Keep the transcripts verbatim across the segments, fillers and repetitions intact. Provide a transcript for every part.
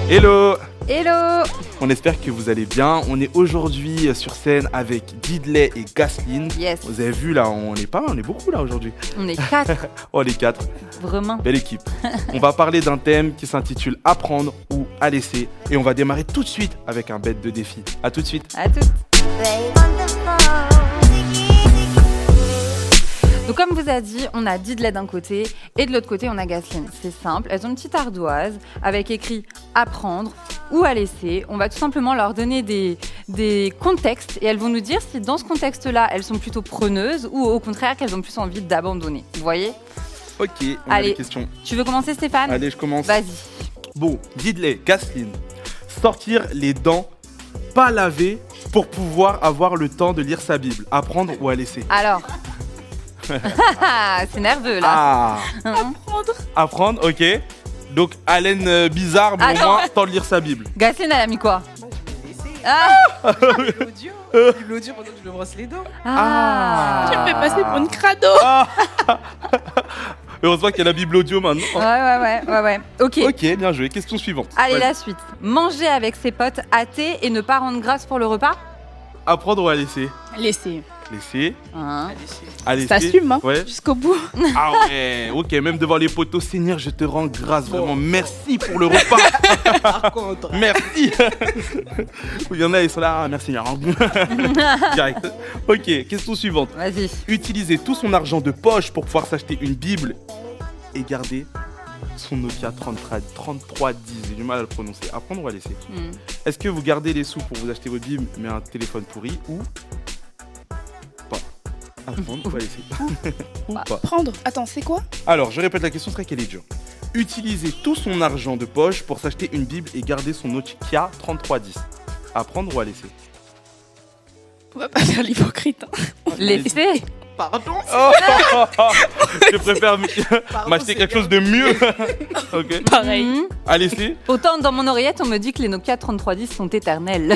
Hello! Hello! On espère que vous allez bien. On est aujourd'hui sur scène avec Diddley et Gaslyn. Yes. Vous avez vu là, on est pas mal, on est beaucoup là aujourd'hui. On est quatre. Oh les quatre. Vraiment. Belle équipe. On va parler d'un thème qui s'intitule Apprendre ou à laisser. Et on va démarrer tout de suite avec un bête de défi. A tout de suite. À toutes. Donc comme vous a dit, on a Diddley d'un côté et de l'autre côté on a Gaslyn. C'est simple, elles ont une petite ardoise avec écrit apprendre ou à laisser. On va tout simplement leur donner des, des contextes et elles vont nous dire si dans ce contexte-là elles sont plutôt preneuses ou au contraire qu'elles ont plus envie d'abandonner. Vous voyez ? Ok, on Allez. a des questions. Tu veux commencer Stéphane ? Allez, je commence. Vas-y. Bon, Diddley, Gaslyn, sortir les dents pas lavées pour pouvoir avoir le temps de lire sa Bible. Apprendre ou à laisser. Alors. C'est nerveux là. Ah. Apprendre. Apprendre, ok. Donc, haleine euh, bizarre, mais Attends. au moins, temps de lire sa Bible. Gaslyn, elle a mis quoi ? Ah. L'audio, l'audio pendant que je me brosse les dents. Ah. Tu me fais passer pour une crado. Ah. Heureusement qu'il y a la Bible audio maintenant. Ouais, ouais, ouais, ouais, ouais. Ok. Ok, bien joué. Question suivante. Allez, Vas-y. la suite. Manger avec ses potes athées et ne pas rendre grâce pour le repas ? Apprendre ou à laisser. Laissez. Laisser. Hein. À laisser. T'assumes, hein, Ouais. jusqu'au bout. Ah ouais, ok, même devant les poteaux, Seigneur, je te rends grâce, vraiment, merci pour le repas. Par contre. Merci. Il y en a, ils sont là, ah, merci. Direct. Ok, question suivante. Vas-y. Utiliser tout son argent de poche pour pouvoir s'acheter une Bible et garder son Nokia trente-trois dix. J'ai du mal à le prononcer. Apprendre ou à laisser. Hmm. Est-ce que vous gardez les sous pour vous acheter votre Bible mais un téléphone pourri ou pas? Apprendre ou à laisser. Ou pas. Prendre. Attends, c'est quoi? Alors, je répète la question, c'est vrai qu'elle est dure. Utiliser tout son argent de poche pour s'acheter une Bible et garder son Nokia trente-trois dix. Apprendre ou à laisser. On va pas faire l'hypocrite. Hein. Laisser. Pardon. Oh, je préfère m- Pardon, m'acheter c'est quelque bien. chose de mieux. Ok. Pareil. Mhm. À laisser. Autant dans mon oreillette, on me dit que les Nokia trente-trois dix sont éternels.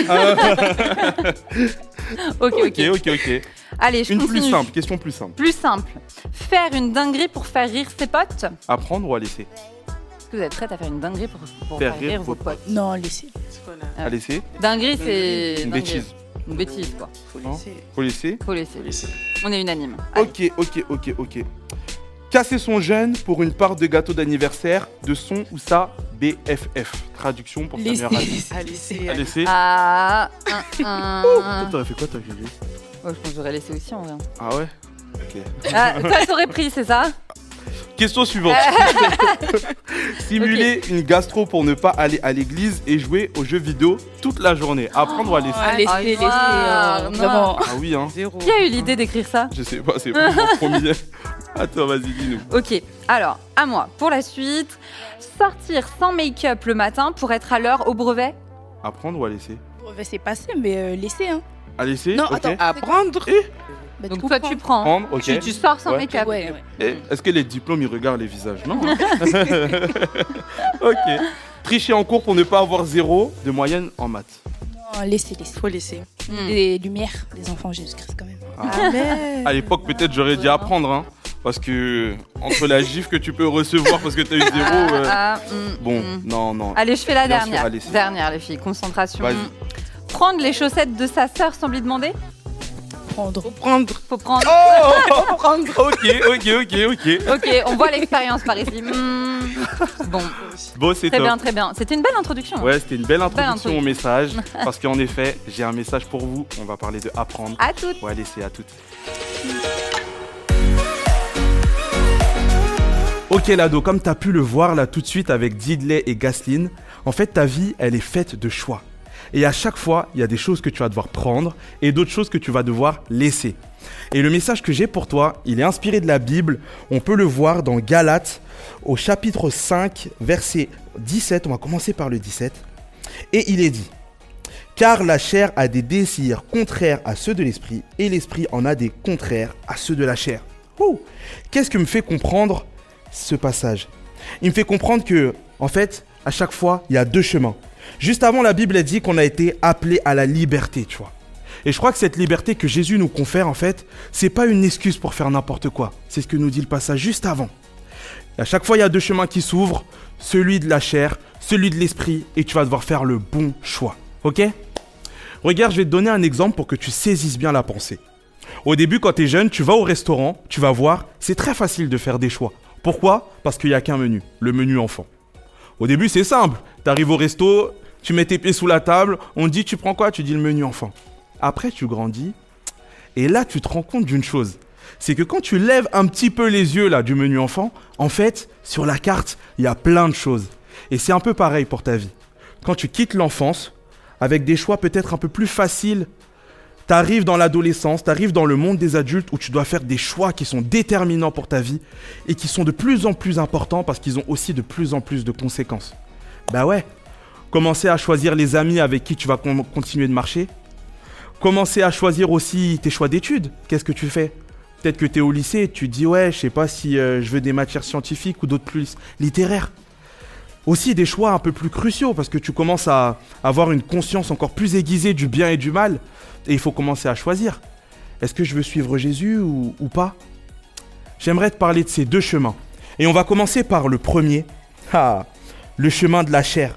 ok, ok. Ok, ok, ok. Allez, je Une continue. plus simple, question plus simple. Plus simple. Faire une dinguerie pour faire rire ses potes ? Apprendre ou à laisser. Est-ce que vous êtes prête à faire une dinguerie pour, pour Faire faire, rire rire vos vos potes ? Non, laissez. Ah. À laisser. Dinguerie, c'est... Une dinguerie. bêtise. Une bêtise, quoi. Faut Non. laisser. Faut laisser. Faut laisser. Faut laisser. On est unanime. Allez. Ok, ok, ok, ok. Casser son jeûne pour une part de gâteau d'anniversaire de son ou sa B F F. Traduction pour sa Laisser. meilleure amie. À laisser. À laisser. Ah, un, un. Toi, t'aurais fait quoi, toi, Gégé? Oh, je pense que j'aurais laissé aussi en vrai. Ah ouais. Ok. Ah, toi, t'aurais pris, c'est ça ? Question suivante. Simuler une gastro pour ne pas aller à l'église et jouer aux jeux vidéo toute la journée. Apprendre ou à laisser. À laisser, Ah, laisser. noir, euh, noir. Vraiment. Ah oui, hein. Zéro. Qui a eu l'idée d'écrire ça ? Je sais pas, c'est pas mon premier. Attends, vas-y, dis-nous. Ok, alors, à moi. Pour la suite, sortir sans make-up le matin pour être à l'heure au brevet ? Apprendre ou à laisser. Brevet, c'est passé, mais euh, laisser, hein. À laisser. Non, ok. attends. Apprendre. Bah, Donc du coup, toi, tu prendre. prends. Prendre, ok. Tu, tu sors sans Ouais. make-up. Ouais, ouais. Et est-ce que les diplômes, ils regardent les visages? Non. Ok. Tricher en cours pour ne pas avoir zéro de moyenne en maths. Non, laisser, laisser. Faut laisser. Hmm. Les lumières des enfants Jésus-Christ, quand même. Ah. À l'époque, peut-être j'aurais dit apprendre, hein. Parce que entre la gifle que tu peux recevoir parce que t'as eu zéro. euh, Ah, hmm, Bon, hmm. non, non. Allez, je fais la Bien sûr, dernière. allez, c'est- Dernière, les filles. Concentration. Vas-y. Prendre les chaussettes de sa sœur sans lui demander ? Prendre. Prendre. Faut prendre. Oh prendre. Ok, ok, ok, ok. Ok, on voit l'expérience par ici. Hmm. Bon, Bon, c'est très top. bien, très bien. C'était une belle introduction. Ouais, c'était une belle introduction au introduction. message. Parce qu'en effet, j'ai un message pour vous. On va parler de apprendre. À toutes. Ouais, laissez à toutes. Ok Lado, comme tu as pu le voir là tout de suite avec Diddley et Gaslyn, en fait ta vie elle est faite de choix. Et à chaque fois, il y a des choses que tu vas devoir prendre et d'autres choses que tu vas devoir laisser. Et le message que j'ai pour toi, il est inspiré de la Bible. On peut le voir dans Galates au chapitre cinq, verset dix-sept. On va commencer par le dix-sept. Et il est dit: car la chair a des désirs contraires à ceux de l'esprit et l'esprit en a des contraires à ceux de la chair. Ouh. Qu'est-ce que me fait comprendre ce passage? Il me fait comprendre que, en fait, à chaque fois, il y a deux chemins. Juste avant, la Bible a dit qu'on a été appelé à la liberté, tu vois. Et je crois que cette liberté que Jésus nous confère, en fait, c'est pas une excuse pour faire n'importe quoi. C'est ce que nous dit le passage juste avant. Et à chaque fois, il y a deux chemins qui s'ouvrent, celui de la chair, celui de l'esprit, et tu vas devoir faire le bon choix. Ok ? Regarde, je vais te donner un exemple pour que tu saisisses bien la pensée. Au début, quand tu es jeune, tu vas au restaurant, tu vas voir, c'est très facile de faire des choix. Pourquoi ? Parce qu'il n'y a qu'un menu, le menu enfant. Au début, c'est simple. Tu arrives au resto, tu mets tes pieds sous la table, on te dit tu prends quoi ? Tu dis le menu enfant. Après, tu grandis, et là, tu te rends compte d'une chose. C'est que quand tu lèves un petit peu les yeux là du menu enfant, en fait, sur la carte, il y a plein de choses. Et c'est un peu pareil pour ta vie. Quand tu quittes l'enfance, avec des choix peut-être un peu plus faciles, tu arrives dans l'adolescence, tu arrives dans le monde des adultes où tu dois faire des choix qui sont déterminants pour ta vie et qui sont de plus en plus importants parce qu'ils ont aussi de plus en plus de conséquences. Bah ouais, commencer à choisir les amis avec qui tu vas con- continuer de marcher. Commencer à choisir aussi tes choix d'études. Qu'est-ce que tu fais ? Peut-être que tu es au lycée et tu te dis « Ouais, je sais pas si euh, je veux des matières scientifiques ou d'autres plus littéraires. » Aussi des choix un peu plus cruciaux parce que tu commences à avoir une conscience encore plus aiguisée du bien et du mal et il faut commencer à choisir. Est-ce que je veux suivre Jésus ou, ou pas ? J'aimerais te parler de ces deux chemins. Et on va commencer par le premier, ah, le chemin de la chair.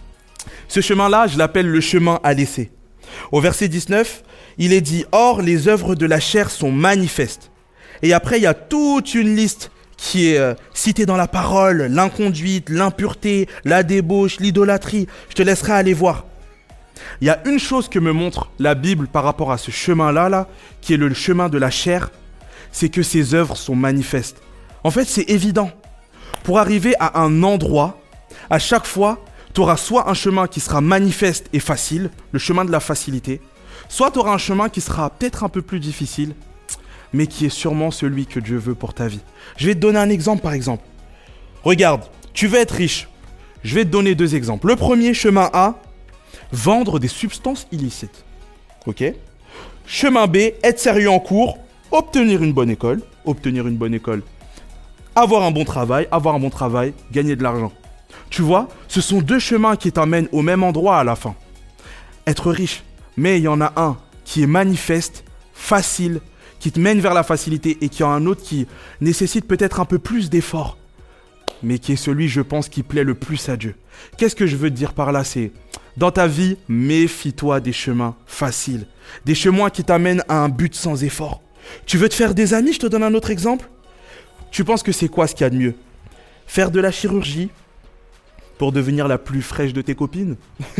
Ce chemin-là, je l'appelle le chemin à laisser. Au verset dix-neuf, il est dit « Or, les œuvres de la chair sont manifestes. » Et après, il y a toute une liste qui est euh, citée dans la parole, l'inconduite, l'impureté, la débauche, l'idolâtrie. Je te laisserai aller voir. Il y a une chose que me montre la Bible par rapport à ce chemin-là, là, qui est le chemin de la chair, c'est que ces œuvres sont manifestes. En fait, c'est évident. Pour arriver à un endroit, à chaque fois, tu auras soit un chemin qui sera manifeste et facile, le chemin de la facilité, soit tu auras un chemin qui sera peut-être un peu plus difficile, mais qui est sûrement celui que Dieu veut pour ta vie. Je vais te donner un exemple par exemple. Regarde, tu veux être riche. Je vais te donner deux exemples. Le premier, chemin A, vendre des substances illicites. Ok ? Chemin B, être sérieux en cours, obtenir une bonne école, obtenir une bonne école, avoir un bon travail, avoir un bon travail, gagner de l'argent. Tu vois, ce sont deux chemins qui t'emmènent au même endroit à la fin. Être riche, mais il y en a un qui est manifeste, facile, qui te mène vers la facilité et qui a un autre qui nécessite peut-être un peu plus d'efforts, mais qui est celui, je pense, qui plaît le plus à Dieu. Qu'est-ce que je veux te dire par là ? C'est, dans ta vie, méfie-toi des chemins faciles, des chemins qui t'amènent à un but sans effort. Tu veux te faire des amis ? Je te donne un autre exemple. Tu penses que c'est quoi ce qu'il y a de mieux ? Faire de la chirurgie pour devenir la plus fraîche de tes copines,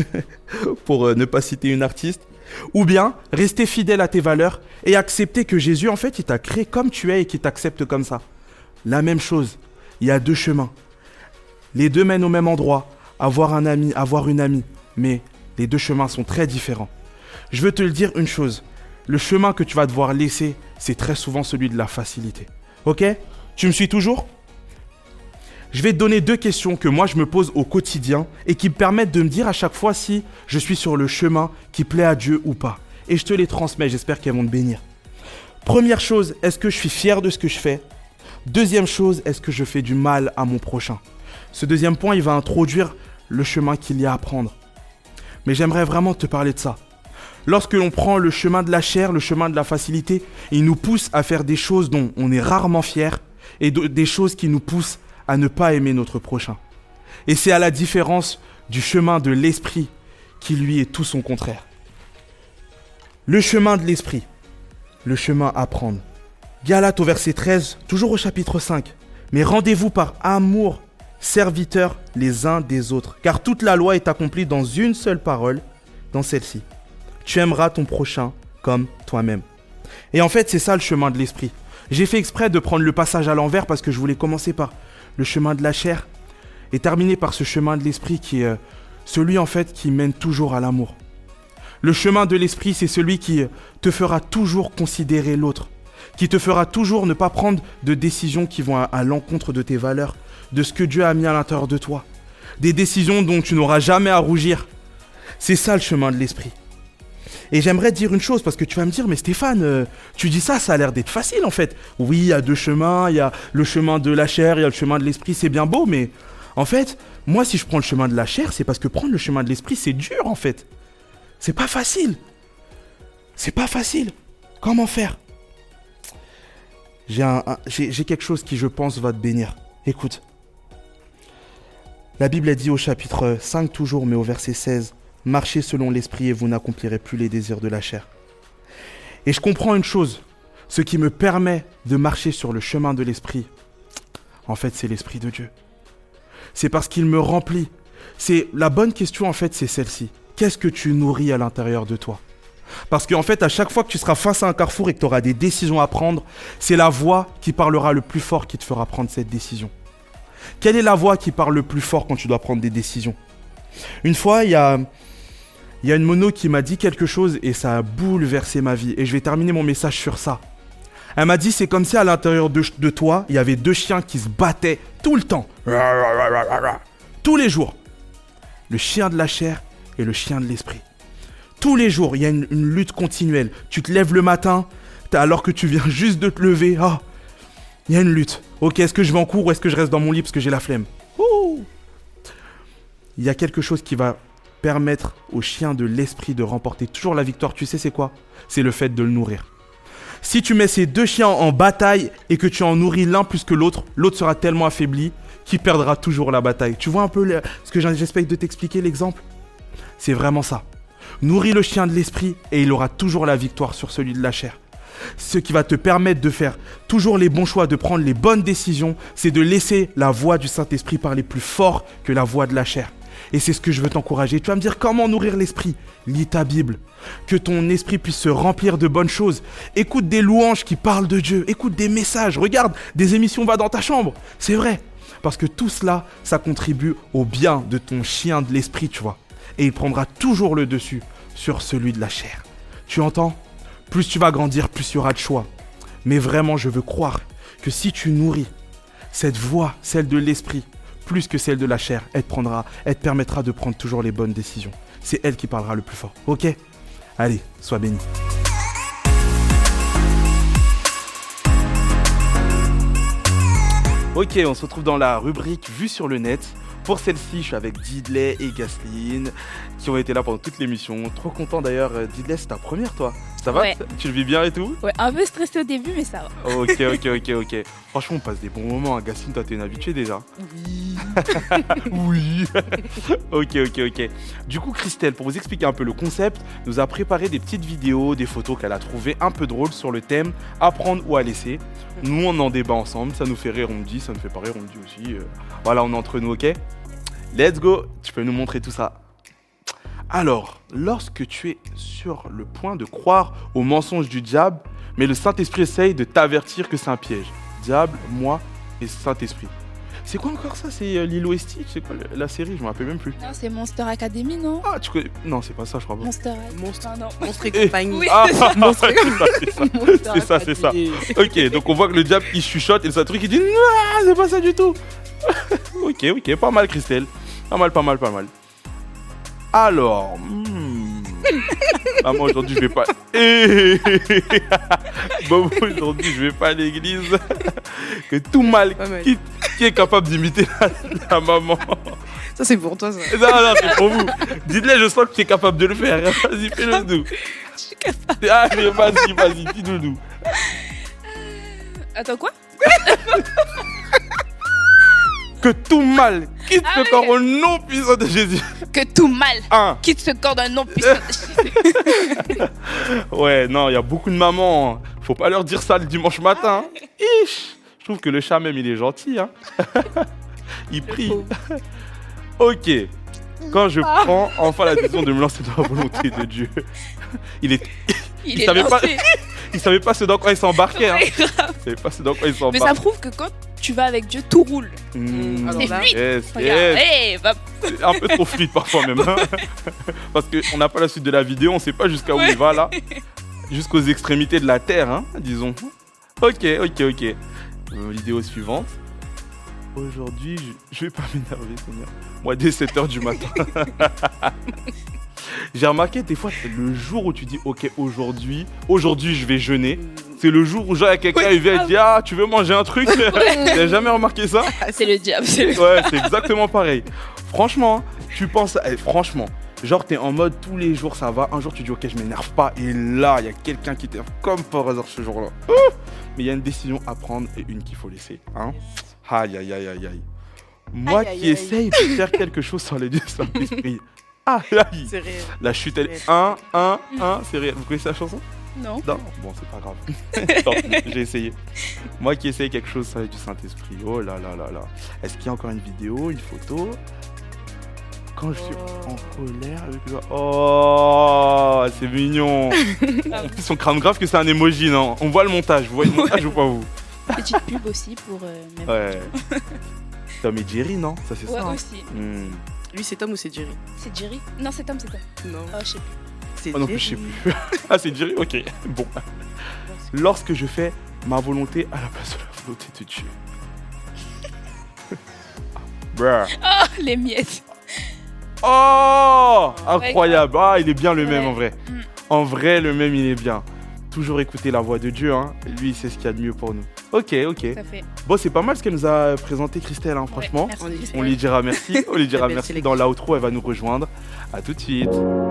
pour euh, ne pas citer une artiste, ou bien rester fidèle à tes valeurs et accepter que Jésus, en fait, il t'a créé comme tu es et qu'il t'accepte comme ça. La même chose, il y a deux chemins. Les deux mènent au même endroit, avoir un ami, avoir une amie, mais les deux chemins sont très différents. Je veux te le dire une chose, le chemin que tu vas devoir laisser, c'est très souvent celui de la facilité. Ok ? Tu me suis toujours ? Je vais te donner deux questions que moi je me pose au quotidien et qui me permettent de me dire à chaque fois si je suis sur le chemin qui plaît à Dieu ou pas. Et je te les transmets, j'espère qu'elles vont te bénir. Première chose, est-ce que je suis fier de ce que je fais ? Deuxième chose, est-ce que je fais du mal à mon prochain ? Ce deuxième point, il va introduire le chemin qu'il y a à prendre. Mais j'aimerais vraiment te parler de ça. Lorsque l'on prend le chemin de la chair, le chemin de la facilité, il nous pousse à faire des choses dont on est rarement fier et de, des choses qui nous poussent à ne pas aimer notre prochain. Et c'est à la différence du chemin de l'esprit qui lui est tout son contraire. Le chemin de l'esprit, le chemin à prendre. Galates au verset treize, toujours au chapitre cinq. Mais rendez-vous par amour, serviteurs les uns des autres, car toute la loi est accomplie dans une seule parole, dans celle-ci. Tu aimeras ton prochain comme toi-même. Et en fait, c'est ça le chemin de l'esprit. J'ai fait exprès de prendre le passage à l'envers parce que je voulais commencer par le chemin de la chair et terminer par ce chemin de l'esprit qui est celui en fait qui mène toujours à l'amour. Le chemin de l'esprit, c'est celui qui te fera toujours considérer l'autre, qui te fera toujours ne pas prendre de décisions qui vont à, à l'encontre de tes valeurs, de ce que Dieu a mis à l'intérieur de toi. Des décisions dont tu n'auras jamais à rougir. C'est ça le chemin de l'esprit. Et j'aimerais te dire une chose, parce que tu vas me dire, mais Stéphane, euh, tu dis ça, ça a l'air d'être facile en fait. Oui, il y a deux chemins, il y a le chemin de la chair, il y a le chemin de l'esprit, c'est bien beau, mais en fait, moi si je prends le chemin de la chair, c'est parce que prendre le chemin de l'esprit, c'est dur en fait. C'est pas facile. C'est pas facile. Comment faire ? J'ai, un, un, j'ai, j'ai quelque chose qui, je pense, va te bénir. Écoute. La Bible a dit au chapitre cinq toujours, mais au verset seize, « Marchez selon l'esprit et vous n'accomplirez plus les désirs de la chair. » Et je comprends une chose, ce qui me permet de marcher sur le chemin de l'esprit, en fait, c'est l'esprit de Dieu. C'est parce qu'il me remplit. C'est la bonne question, en fait, c'est celle-ci. Qu'est-ce que tu nourris à l'intérieur de toi ? Parce qu'en fait, à chaque fois que tu seras face à un carrefour et que tu auras des décisions à prendre, c'est la voix qui parlera le plus fort qui te fera prendre cette décision. Quelle est la voix qui parle le plus fort quand tu dois prendre des décisions ? Une fois, il y a, il y a une mono qui m'a dit quelque chose et ça a bouleversé ma vie. Et je vais terminer mon message sur ça. Elle m'a dit, c'est comme si à l'intérieur de, de toi, il y avait deux chiens qui se battaient tout le temps. Tous les jours. Le chien de la chair et le chien de l'esprit. Tous les jours, il y a une, une lutte continuelle. Tu te lèves le matin, alors que tu viens juste de te lever. Oh, il y a une lutte. Ok, est-ce que je vais en cours ou est-ce que je reste dans mon lit parce que j'ai la flemme ? Ouh. Il y a quelque chose qui va permettre au chien de l'esprit de remporter toujours la victoire. Tu sais c'est quoi ? C'est le fait de le nourrir. Si tu mets ces deux chiens en bataille et que tu en nourris l'un plus que l'autre, l'autre sera tellement affaibli qu'il perdra toujours la bataille. Tu vois un peu le, ce que j'espère de t'expliquer l'exemple ? C'est vraiment ça. Nourris le chien de l'esprit et il aura toujours la victoire sur celui de la chair. Ce qui va te permettre de faire toujours les bons choix, de prendre les bonnes décisions, c'est de laisser la voix du Saint-Esprit parler plus fort que la voix de la chair. Et c'est ce que je veux t'encourager. Tu vas me dire comment nourrir l'esprit ? Lis ta Bible. Que ton esprit puisse se remplir de bonnes choses. Écoute des louanges qui parlent de Dieu. Écoute des messages. Regarde, des émissions Va dans ta chambre. C'est vrai. Parce que tout cela, ça contribue au bien de ton chien de l'esprit, tu vois. Et il prendra toujours le dessus sur celui de la chair. Tu entends ? Plus tu vas grandir, plus il y aura de choix. Mais vraiment, je veux croire que si tu nourris cette voix, celle de l'esprit, plus que celle de la chair, elle te, prendra, elle te permettra de prendre toujours les bonnes décisions. C'est elle qui parlera le plus fort. Ok ? Allez, sois béni. Ok, on se retrouve dans la rubrique Vue sur le net. Pour celle-ci, je suis avec Didley et Gasline qui ont été là pendant toute l'émission. Trop content d'ailleurs. Didley, c'est ta première, toi. Ça va ? Ouais. Tu le vis bien et tout ? Ouais, un peu stressé au début, mais ça va. Ok, ok, ok, ok. Franchement, on passe des bons moments. Hein. Gasline, toi, t'es une habituée déjà. Oui. Oui. Ok, ok, ok. Du coup, Christelle, pour vous expliquer un peu le concept, nous a préparé des petites vidéos, des photos qu'elle a trouvées un peu drôles sur le thème « Apprendre ou à laisser ». Nous, on en débat ensemble. Ça nous fait rire, on me dit. Ça nous fait pas rire, on me dit aussi. Euh... Voilà, on est entre nous, ok ? Let's go. Tu peux nous montrer tout ça. Alors, lorsque tu es sur le point de croire aux mensonges du diable, mais le Saint-Esprit essaye de t'avertir que c'est un piège. Diable, moi et Saint-Esprit. C'est quoi encore ça ? C'est euh, Lilo et Stitch ? C'est quoi la série ? Je me rappelle même plus. Non, c'est Monster Academy, non ? Ah, tu connais ? Non, c'est pas ça, je crois pas. Monster Academy. Monstre, Ah, non. monstre et Eh. compagnie. Oui. Ah, c'est ça, c'est ça. Monster C'est ça, c'est ça. Academy. Ok, donc on voit que le diable il chuchote et le Saint-Esprit il dit non, c'est pas ça du tout. Ok, ok, pas mal, Christelle. Pas mal, pas mal, pas mal. Alors, hmm. ah, moi aujourd'hui je vais pas. Eh. Bon, aujourd'hui je vais pas à l'église. Que tout mal, Pas mal. qui, qui est capable d'imiter la, la maman. Ça, c'est pour toi, ça. Non, non, c'est pour vous. Dites-le, je sens que tu es capable de le faire. Vas-y, fais-le nous. Je suis capable. Allez, vas-y, vas-y, dis-le nous. Attends, quoi ? Que tout mal quitte Ah le oui. corps au nom puissant de Jésus. Que tout mal Un. quitte ce corps d'un nom puissant. Ouais, non, il y a beaucoup de mamans. Hein. Faut pas leur dire ça le dimanche matin. Hein. Ich. Je trouve que le chat même, il est gentil. Hein. Il prie. Ok. Quand je prends enfin la décision de me lancer dans la volonté de Dieu, il est. Il, Il est savait pas- lancé. Il savait pas ce dans quoi il s'embarquait. Hein. Ouais, grave. Il savait pas ce dans quoi il Mais s'embarquait. ça prouve que quand tu vas avec Dieu, tout roule. Mmh. Alors C'est là- fluide. Yes, Regarde, yes. hey, va. C'est un peu trop fluide parfois même. Hein. Parce qu'on n'a pas la suite de la vidéo, on sait pas jusqu'à où Ouais. il va là. Jusqu'aux extrémités de la terre, hein, disons. Ok, ok, ok. Euh, vidéo suivante. Aujourd'hui, je, je vais pas m'énerver, Seigneur. Moi, dès sept heures du matin. J'ai remarqué des fois, c'est le jour où tu dis, ok, aujourd'hui, aujourd'hui, je vais jeûner. C'est le jour où genre, il y a quelqu'un, il vient et dit, ah, tu veux manger un truc? T'as jamais remarqué ça? C'est le diable. C'est le... Ouais, c'est exactement pareil. Franchement, tu penses, eh, franchement, genre t'es en mode tous les jours ça va, un jour tu dis ok je m'énerve pas et là il y a quelqu'un qui t'énerve comme par hasard ce jour-là. Ouh. Mais il y a une décision à prendre et une qu'il faut laisser. Hein. Aïe aïe aïe aïe aïe. Moi Aïe, aïe, qui aïe. essaye de faire quelque chose sans les dieux Saint-Esprit. Ah, aïe. C'est réel. La chute, elle est un, un, un, c'est réel. Vous connaissez la chanson? Non. Non. Bon, c'est pas grave. Tant pis, j'ai essayé. Moi qui essaye quelque chose sans les dieux Saint-Esprit. Oh là là là là. Est-ce qu'il y a encore une vidéo, une photo? Quand je suis en colère avec le... Oh, c'est mignon. En plus, on crame grave que c'est un emoji, non? On voit le montage. Vous voyez le montage ou pas, vous? Petite pub aussi pour. Euh, même Ouais. Tom et Jerry, non? Ça, c'est Ouais, ça. hein. aussi. Hmm. Lui, c'est Tom ou c'est Jerry? C'est Jerry? Non, c'est Tom, c'est Tom. Non. Oh, je sais plus. C'est Ah non plus, je sais plus. Ah, c'est Jerry? Ok. Bon. Lorsque je fais ma volonté à la place de la volonté de Dieu. Bruh. Oh, les miettes. Oh, incroyable. Ah, il est bien le même Ouais. en vrai. Mm. En vrai, le même, il est bien. Toujours écouter la voix de Dieu, hein. Lui, c'est ce qu'il y a de mieux pour nous. Ok, ok. Ça fait. Bon, c'est pas mal ce qu'elle nous a présenté, Christelle, hein, franchement. Ouais, merci, on est- Christelle. On lui dira merci. On lui dira Belle merci. sélection. Dans l'outro, elle va nous rejoindre. À tout de suite.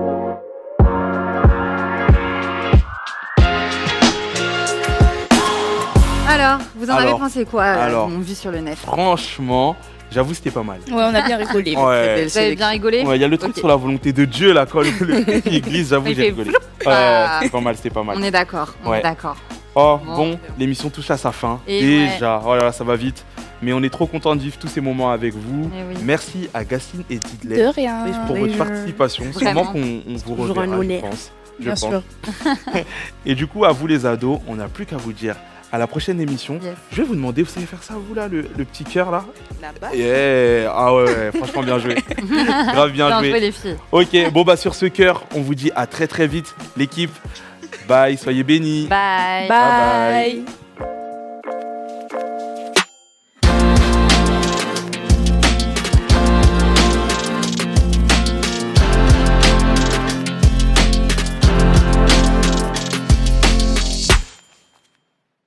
Alors, vous en avez Alors, pensé quoi euh, alors. de mon vu sur le net? Franchement, j'avoue, c'était pas mal. Ouais, on a bien rigolé. Ouais. Vous avez bien rigolé? Ouais, il y a le truc Ok. sur la volonté de Dieu, là, quand le, le il glisse, j'avoue, Il j'ai fait rigolé. floup. Ouais, Ah. c'était pas mal, c'était pas mal. On est d'accord, on Ouais. est d'accord. Oh, Bon. bon, l'émission touche à sa fin. Et Déjà, oh là là, ça va vite. Mais on est trop content de vivre tous ces moments avec vous. Eh oui. Merci à Gastine et Didley De rien. pour votre participation. Vraiment. Sûrement qu'on on vous toujours reverra, un je honneur. pense. Je Bien pense. sûr. Et du coup, à vous les ados, on n'a plus qu'à vous dire à la prochaine émission. Yes. Je vais vous demander, vous savez faire ça, vous là, le, le petit cœur là? Là-bas. Yeah. Ah ouais, ouais, franchement, bien joué. Grave bien Bien joué. joué les filles. Ok, bon bah sur ce cœur, on vous dit à très très vite, l'équipe. Bye, soyez bénis. Bye. Bye bye. Bye.